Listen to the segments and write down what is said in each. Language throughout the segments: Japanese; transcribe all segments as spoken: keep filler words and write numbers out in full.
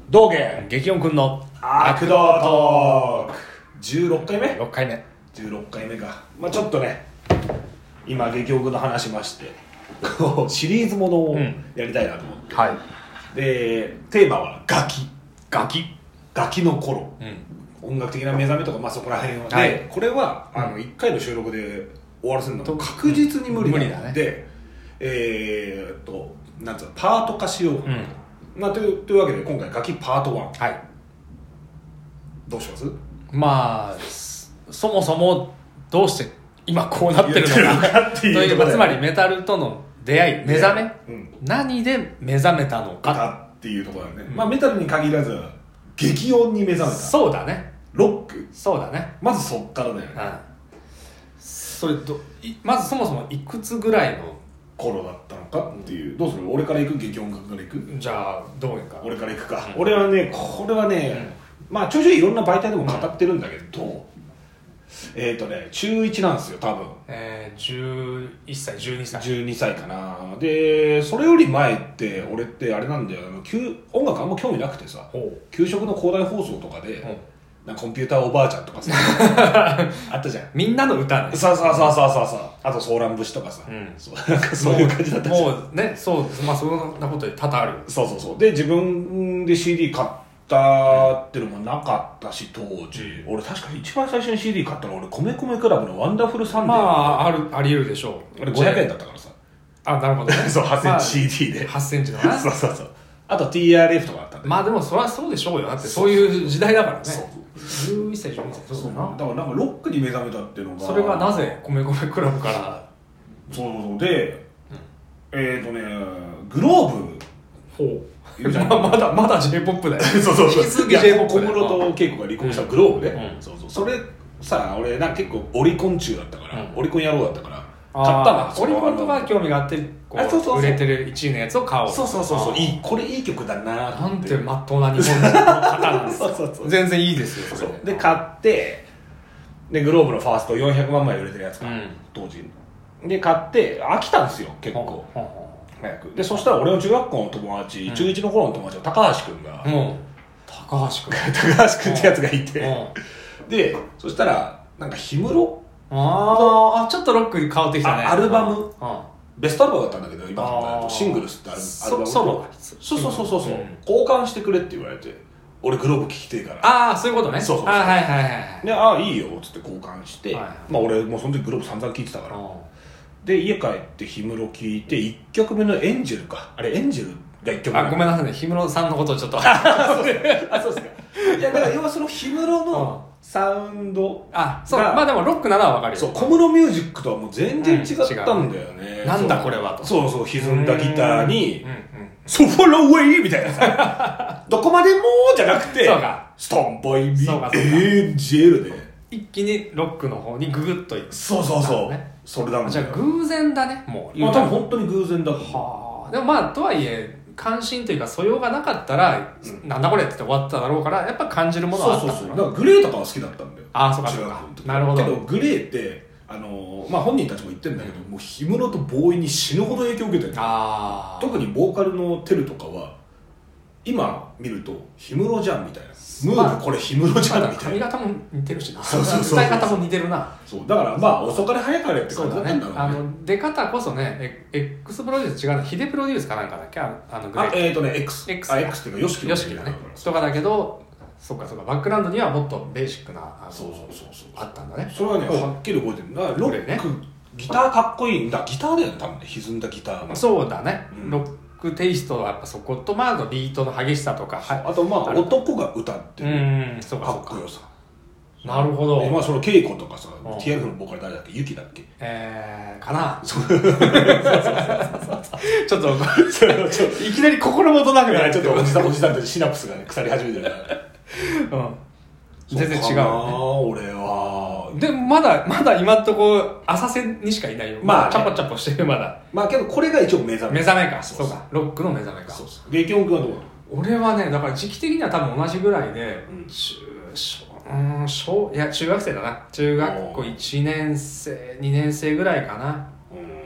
道元激音くんの悪道トークじゅうろっかいめろっかいめじゅうろっかいめか。まあちょっとね今激音くんの話しましてシリーズものをやりたいなと思って、 うん、はい。 でテーマはガキガキガキの頃、うん、音楽的な目覚めとか、まあ、そこら辺は、はい、でこれはあのいっかいの収録で終わらせるのは確実に無理なので、うん、無理だね。でえー、っとなんつうのパート化しよう、うんまあ、と, いうというわけで今回ガキパートワン、はい、どうします？ まあそもそもどうして今こうなってるのかっていうとつまりメタルとの出会い目覚め、うん、何で目覚めたのかっていうところだね、うんまあ、メタルに限らず激音に目覚めた。 そうだね。 ロックそうだね。 まずそっからだよね、うん、 それどまずそもそもいくつぐらいの頃だったのかっていう、うん、どうする？俺から行く？激音楽から行く？ じゃあどういうか。 俺から行くか、うん、俺はねこれはね、うん、まあちょいちょいいろんな媒体でも語ってるんだけど、うん、えっ、ー、とね中いちなんですよ多分。 えー、じゅういっさいじゅうにさいじゅうにさいかな。でそれより前って俺ってあれなんだよ、音楽あんま興味なくてさ、給食の校内放送とかで、うんなんかコンピューターおばあちゃんとかさあったじゃん、 みんなの歌ね。 そうそうそうそうそうそう、あとソーラン節とかさ、うん、そうなんかそういう感じだったじゃん。 もうね、そうまあそんなことで多々ある。 そうそうそうで自分で シーディー 買ったっていうのもなかったし当時、うん、俺確か一番最初に シーディー 買ったの俺米米クラブのワンダフルサンデー、 まああるあり得るでしょう。 あれごひゃくえんだったからさ。 あなるほどねそうはちセンチ シーディー で、 まあ、はちセンチのなそうそうそう、あと ティーアールエフ とかあったんで。 まあでもそれはそうでしょうよ。だってそういう時代だからね。そうじゅういっさいじゅうにさいそうだな。 だからなんかロックに目覚めたっていうのが、 それがなぜ米米クラブからそうそうそうで、うん、えっ、ー、とねグローブほうま, まだまだ J-ポップ だよそうそうそう、 引き続き J-ポップ小室と恵子が離婚したグローブね、うん、そうそうそれさ俺なんか結構オリコン中だったから、うん、オリコン野郎だったから買ったの。 オリコンとか興味があってこうそうそうそう売れてるいちいのやつを買おう。 そうそうそうそう、いいこれいい曲だなってなんてまっとうな日本人の方なんですそうそうそう全然いいですよ。それそうで買ってでグローブのファーストよんひゃくまんまい売れてるやつか、うん、当時で買って飽きたんですよ結構早く。でそしたら俺の中学校の友達、うん、中いちの頃の友達の高橋君が、うん、 高橋君高橋君ってやつがいて、うん、でそしたらなんか氷室ああちょっとロックに変わってきたね。 アルバム、うん、ベストアルバムだったんだけど今考えるとシングルスってアルバムとそうそうそうそうそう、うん、交換してくれって言われて俺グローブ聴きてえから。 ああそういうことね。 そうそうそう、 あはいはいはいでああいいよっつって交換して、はいはい、まあ俺もうその時グローブ散々聴いてたからで家帰って氷室聴いていっきょくめのエンジェルかあれエンジェルがいっきょくめ。 あごめんなさいね氷室さんのことをちょっとあそうですかいやだから要はその氷室のサウンドあそうまあでもロックなのは分かるよ。 そう小室ミュージックとはもう全然違ったんだよね、 うん、なんだこれはと。 そうそう歪んだギターにソフォローウェイみたいなさどこまでもじゃなくてそうかストンボイビエンジェルで一気にロックの方にググッといく。 そうそうそう、ね、それだもん。 じゃあ偶然だねもう。 まあ多分本当に偶然だとはあ。でもまあとはいえ関心というか素養がなかったら、うん、なんだこれって終わっただろうからやっぱ感じるものはあったんだ。 そうそうそう、だからグレーとかは好きだったんだよ。 ああそうかそうかなるほど。 けどグレーってあのー、まあ本人たちも言ってるんだけど、うん、もう氷室とボーイに死ぬほど影響を受けてる。あ特にボーカルのテルとかは今見ると氷室じゃんみたいな、ムーブこれ氷室じゃんみたいな、 髪型も似てるしな、 そうそうそう伝え方も似てるな。 そうだからまあ遅かれ早かれって感じだったんだろうね。 あの出方こそね X プロデュース違うなヒデプロデュースかなんかだっけあのグレーあえっ、ー、とね X, X, あ X っていうかヨシキヨシキだねとかだけどそうかそうかバックグラウンドにはもっとベーシックなあそうそうそうそうあったんだね。 それはねはっきり覚えてるんだ。ロック、ね、ギターかっこいいんだ。ギターだよね多分ね歪んだギターが。 そうだね、うん、ロックテイストはやっぱそことまあビートの激しさとかあとまあ男が歌ってるうんそうかかっこよさ。 なるほど。 まあその稽古とかさ ティーアールエフ のボーカル誰だっけユキだっけえーかなそうそうそうちょっといきなり心もとなくなっちょっとおじさんおじさんたちシナプスがね腐り始めてるからうん全然違う、ね、 俺はでもまだまだ今んとこ浅瀬にしかいないよ。まあ、ね、チャポチャポしてるまだ。 まあけどこれが一応目覚め目覚めか。そうかロックの目覚めか。そうそう激音くんはどうなの？ 俺はねだから時期的には多分同じぐらいで、うん、中小うん小いや中学生だな。中学校いちねん生にねん生ぐらいかな。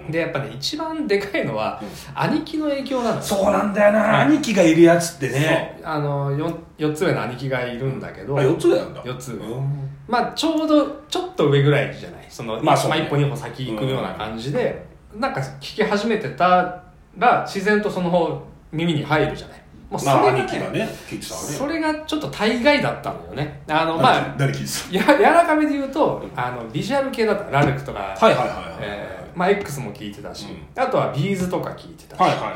でやっぱね一番でかいのは、うん、兄貴の影響なの。 そうなんだよな、兄貴がいるやつってね。 あの 4, 4つ上の兄貴がいるんだけど、 あよっつ上なんだ。 よっつ上、うん、まあちょうどちょっと上ぐらいじゃない、その、まあそうね、まあ、一歩二歩先行くような感じで、うん、なんか聞き始めてたら自然とその耳に入るじゃない。もうそれがね、まあ、兄貴がね聞いてたわね。それがちょっと大概だったのよね。あのまあ誰聞いてた？や柔らかめで言うとあのビジュアル系だったラルクとか、 はいはいはいはい、 えー、まあ X も聞いてたし、うん、あとはビーズとか聞いてたし、 はいはいはい、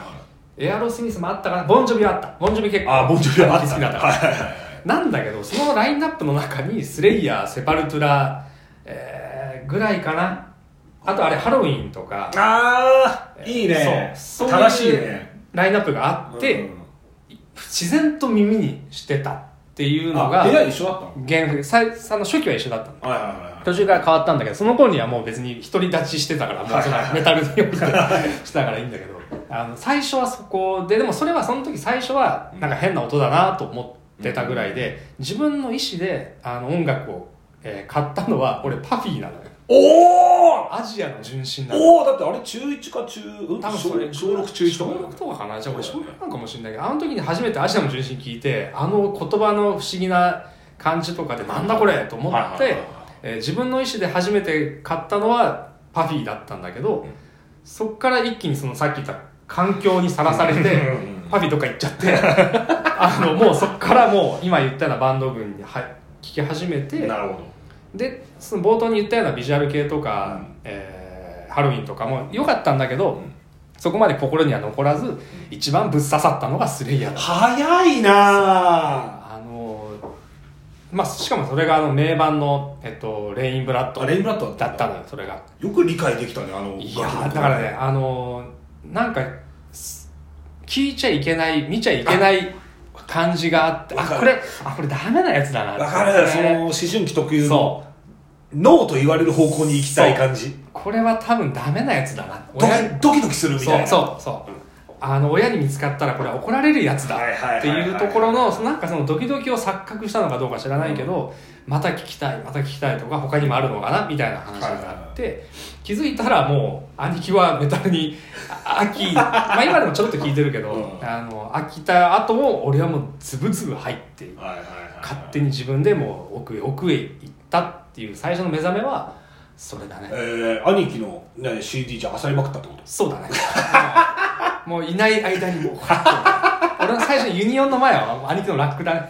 エアロスミスもあったかな、ボンジョビはあった。ボンジョビ結構あボンジョビはあった好きだった、はいはいはい、なんだけどそのラインナップの中にスレイヤー、セパルトゥラ、えー、ぐらいかな。あとあれハロウィンとか、 ああいいね、そう正しいねラインナップがあって、うん、自然と耳にしてたっていうのが部屋一緒だったの？ 原風さあの初期は一緒だったの、 はいはいはい、 途中から変わったんだけど、その頃にはもう別に独り立ちしてたから、もうそのメタルによってしたからいいんだけどあの最初はそこで、でもそれはその時最初はなんか変な音だなと思ってたぐらいで、自分の意思であの音楽を、えー、買ったのは俺パフィーなのよ。 おアジアの純真なの。 おおだってあれ中いちか中、うん、 多分それ小ろく中いちとか小ろくとかかな。じゃあ俺小ろくなんかもしれないけど、あの時に初めてアジアの純真聞いて、あの言葉の不思議な感じとかでなんだこれと思って、えー、自分の意思で初めて買ったのはパフィーだったんだけど、うん、そっから一気にそのさっき言った環境にさらされてパフィーとか行っちゃってあのもうそっからもう今言ったようなバンド群には聴き始めて、 なるほど。 でその冒頭に言ったようなビジュアル系とか、うんえー、ハロウィンとかも良かったんだけど、うん、そこまで心には残らず、うん、一番ぶっ刺さったのがスレイヤーだった。 早いなあの、まあ、しかもそれがあの名盤の、えっと、レインブラッドレインブラッドだったのよ。それがよく理解できたね。あのいやだからねあのなんか聞いちゃいけない見ちゃいけない感じがあって、あこれあこれダメなやつだなって、 わかる、その思春期特有のノーと言われる方向に行きたい感じ。 これは多分ダメなやつだな、 ドキドキドキするみたいな。 そうそうそう、うん、あの親に見つかったらこれ怒られるやつだっていうところのなんかそのドキドキを錯覚したのかどうか知らないけど、うん、また聞きたいまた聞きたいとか他にもあるのかなみたいな話があって、はいはいはい、気づいたらもう兄貴はメタルに飽きまあ今でもちょっと聞いてるけど、うん、あの飽きた後も俺はもうズブズブ入って、はいはいはいはい、勝手に自分でもう奥へ奥へ行ったっていう最初の目覚めはそれだね。 えー、兄貴の、ね、シーディー じゃ漁りまくったってこと？ そうだねもういない間にもう俺の最初ユニオンの前は兄貴のラックだね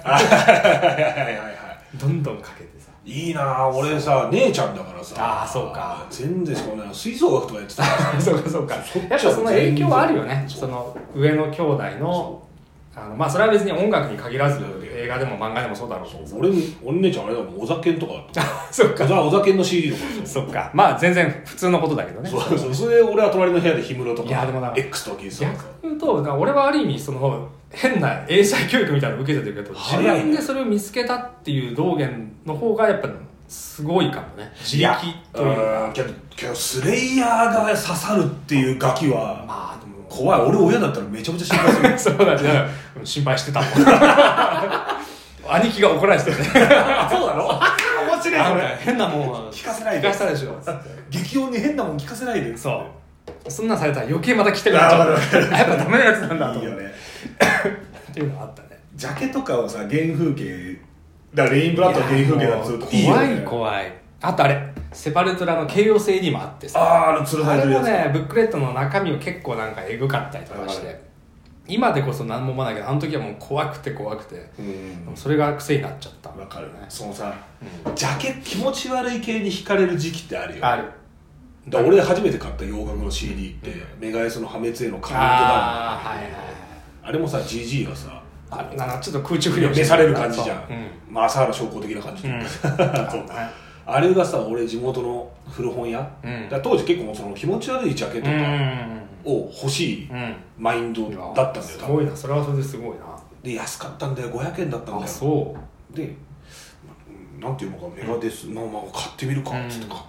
どんどんかけてさ。 いいなぁ。俺さ姉ちゃんだからさ。 ああそうか。 全然そうね、吹奏楽とかやってたそうかそうか。やっぱその影響はあるよね。その上の兄弟のあのまあそれは別に音楽に限らず映画でも漫画でもそうだろうけど、 俺俺姉ちゃんあれだもん、お酒とかだったそっか。 じゃあお酒の シーディー とかそっか。まあ全然普通のことだけどね。 そうそう。それで俺は隣の部屋で氷室とかいやでもな X とか聞いてた。 逆に言うと俺はある意味その変な英才教育みたいなのを受けてるけど、自分でそれを見つけたっていう道元の方がやっぱすごいかもね。自力というか。 けどけどスレイヤーが刺さるっていうガキはまあでも怖い。俺親だったらめちゃめちゃ心配するそうだね。心配してたもん兄貴が怒られてたねそうだろ面白い。それ変なもんは聞かせないで。 聞かせたでしょ激音に変なもん聞かせないで。 そうそんなんされたら余計また来てくれちゃうやっぱダメなやつなんだといいよねっていうのがあったね。 ジャケとかをさ原風景だからレインブラッドの原風景だとするといいよね。 怖い怖い。あとあれセパルトラの京葉製にもあってさ、 あああのつるされてるやつ。 あれもねブックレットの中身を結構なんかエグかったりとかして、今でこそ何も思わないけどあの時はもう怖くて怖くて、うんそれが癖になっちゃった。 わかるね。そのさ、うん、ジャケ気持ち悪い系に惹かれる時期ってあるよ。 ある。 だ俺初めて買った洋楽の シーディー って、うん、メガエスの破滅へのカウントダウン。 ああはいはい。 あれもさ ジージー がさあなんかちょっと空中浮揚召される感じじゃん、 うんまあ、朝原将校的な感じ、うん、そうあれがさ俺地元の古本屋、うん、だ当時結構その気持ち悪いジャケとかを欲しいマインドだったんだよ、うん、 すごいな。それはそれですごいな。 で安かったんだよ、ごひゃくえんだったんだよ。 あそうでなんていうのかメガデス、うん、まあまあ買ってみるかっつって買って、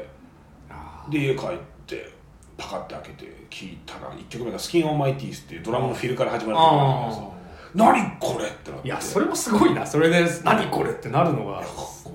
うん、で家帰ってパカッて開けて聴いたらいっきょくめがスキンオンマイティースっていうドラムのフィルから始まる曲なんだけどさ、何これってなって。 いやそれもすごいな。それで何これってなるのが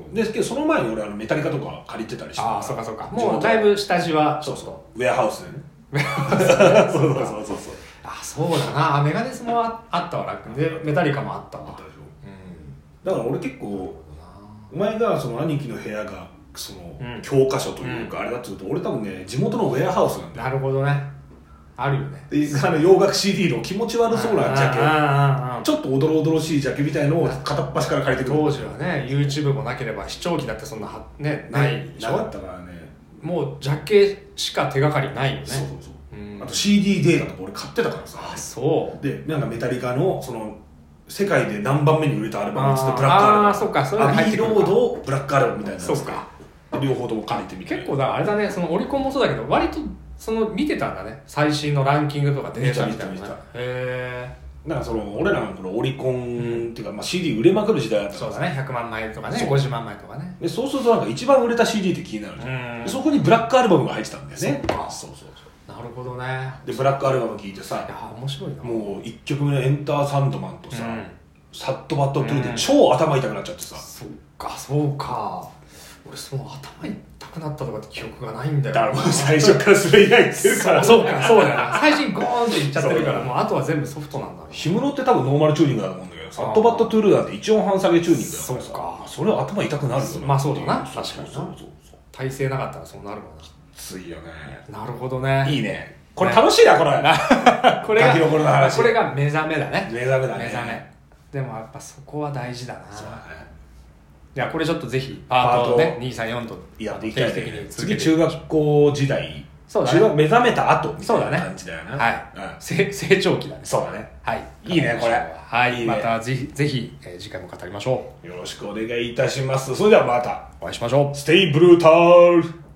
ですけどその前に俺あのメタリカとか借りてたりして、 ああそうかそうか、もうだいぶ下地はそうそうウェアハウスでねウェアハウスでそうそうそうそうあそうだな、メガネスもあったわ、楽でメタリカもあったわ。 あったでしょ、うん、だから俺結構お前がその兄貴の部屋がその、うん、教科書というかあれだって言うと、俺多分ね地元のウェアハウスなんだよ。 なるほどね、あるよね。 であの洋楽 シーディー の気持ち悪そうなジャケ、ちょっとおどろおどろしいジャケみたいのを片っ端から借りてくる。 当時はね YouTube もなければ視聴器だってそんなは、ね、ないでしょ。 なかったからね、 もうジャケしか手がかりないよね。 そうそうそう、うん、あと シーディー データとか俺買ってたからさ。 あそうでなんかメタリカのその世界で何番目に売れたアルバムっつってブラックアルバム、 ああそうか、そういうの入ってくる。アビーロードブラックアルバムみたいなやつそうか、 両方とも借りてみて、 結構だあれだね、そのオリコンもそうだけど割とその見てたんだね、最新のランキングとかデータみたいな。 見た見た見た。 へえ。 なんかその俺らのこのオリコン、うん、っていうか、まあ、シーディー 売れまくる時代だったからそうだね、ひゃくまんまいとかね、ごじゅうまんまいとかね。 でそうするとなんか一番売れた シーディー って気になるじゃん。そこにブラックアルバムが入ってたんだよね。 そうか、 そうそうそう、 なるほどね。 でブラックアルバム聴いてさ、 いや面白いな。 もういっきょくめのエンターサンドマンとさ、うん、サッドバッドトゥーで超頭痛くなっちゃってさ、うん、 そうかそうか、俺その頭痛くなったとかって記憶がないんだよ。 だからもう最初から滑り台ってるからそうかそうだよな、最初にゴーンっていっちゃってるから、もうあとは全部ソフトなんだ。 氷室って多分ノーマルチューニングだと思うんだけど、サッドバッドトゥールなんて一音半下げチューニングだからさ、 そうか、 それは頭痛くなるよね。 まあそうだな、確かにな。 そうそうそう、 体勢なかったらそうなるもんな。 きついよね。 なるほどね、 いいね、これ楽しいな、これこれがガキの頃の話、 これが目覚めだね。 目覚めだね、 目覚め。でもやっぱそこは大事だな。 そうだね。 いやこれちょっとぜひパートねにさんよんとやっていきたい、ね、 定期的に次中学校時代、 そうだね、 中学目覚めた後みたいな感じだよね。 はい、うん、成, 成長期だね。 そうだね。 はい、 いいねこれ。 はい、 いいね、 またぜひぜひ、えー、次回も語りましょう。よろしくお願いいたします。それではまたお会いしましょう。 ステイブルータル。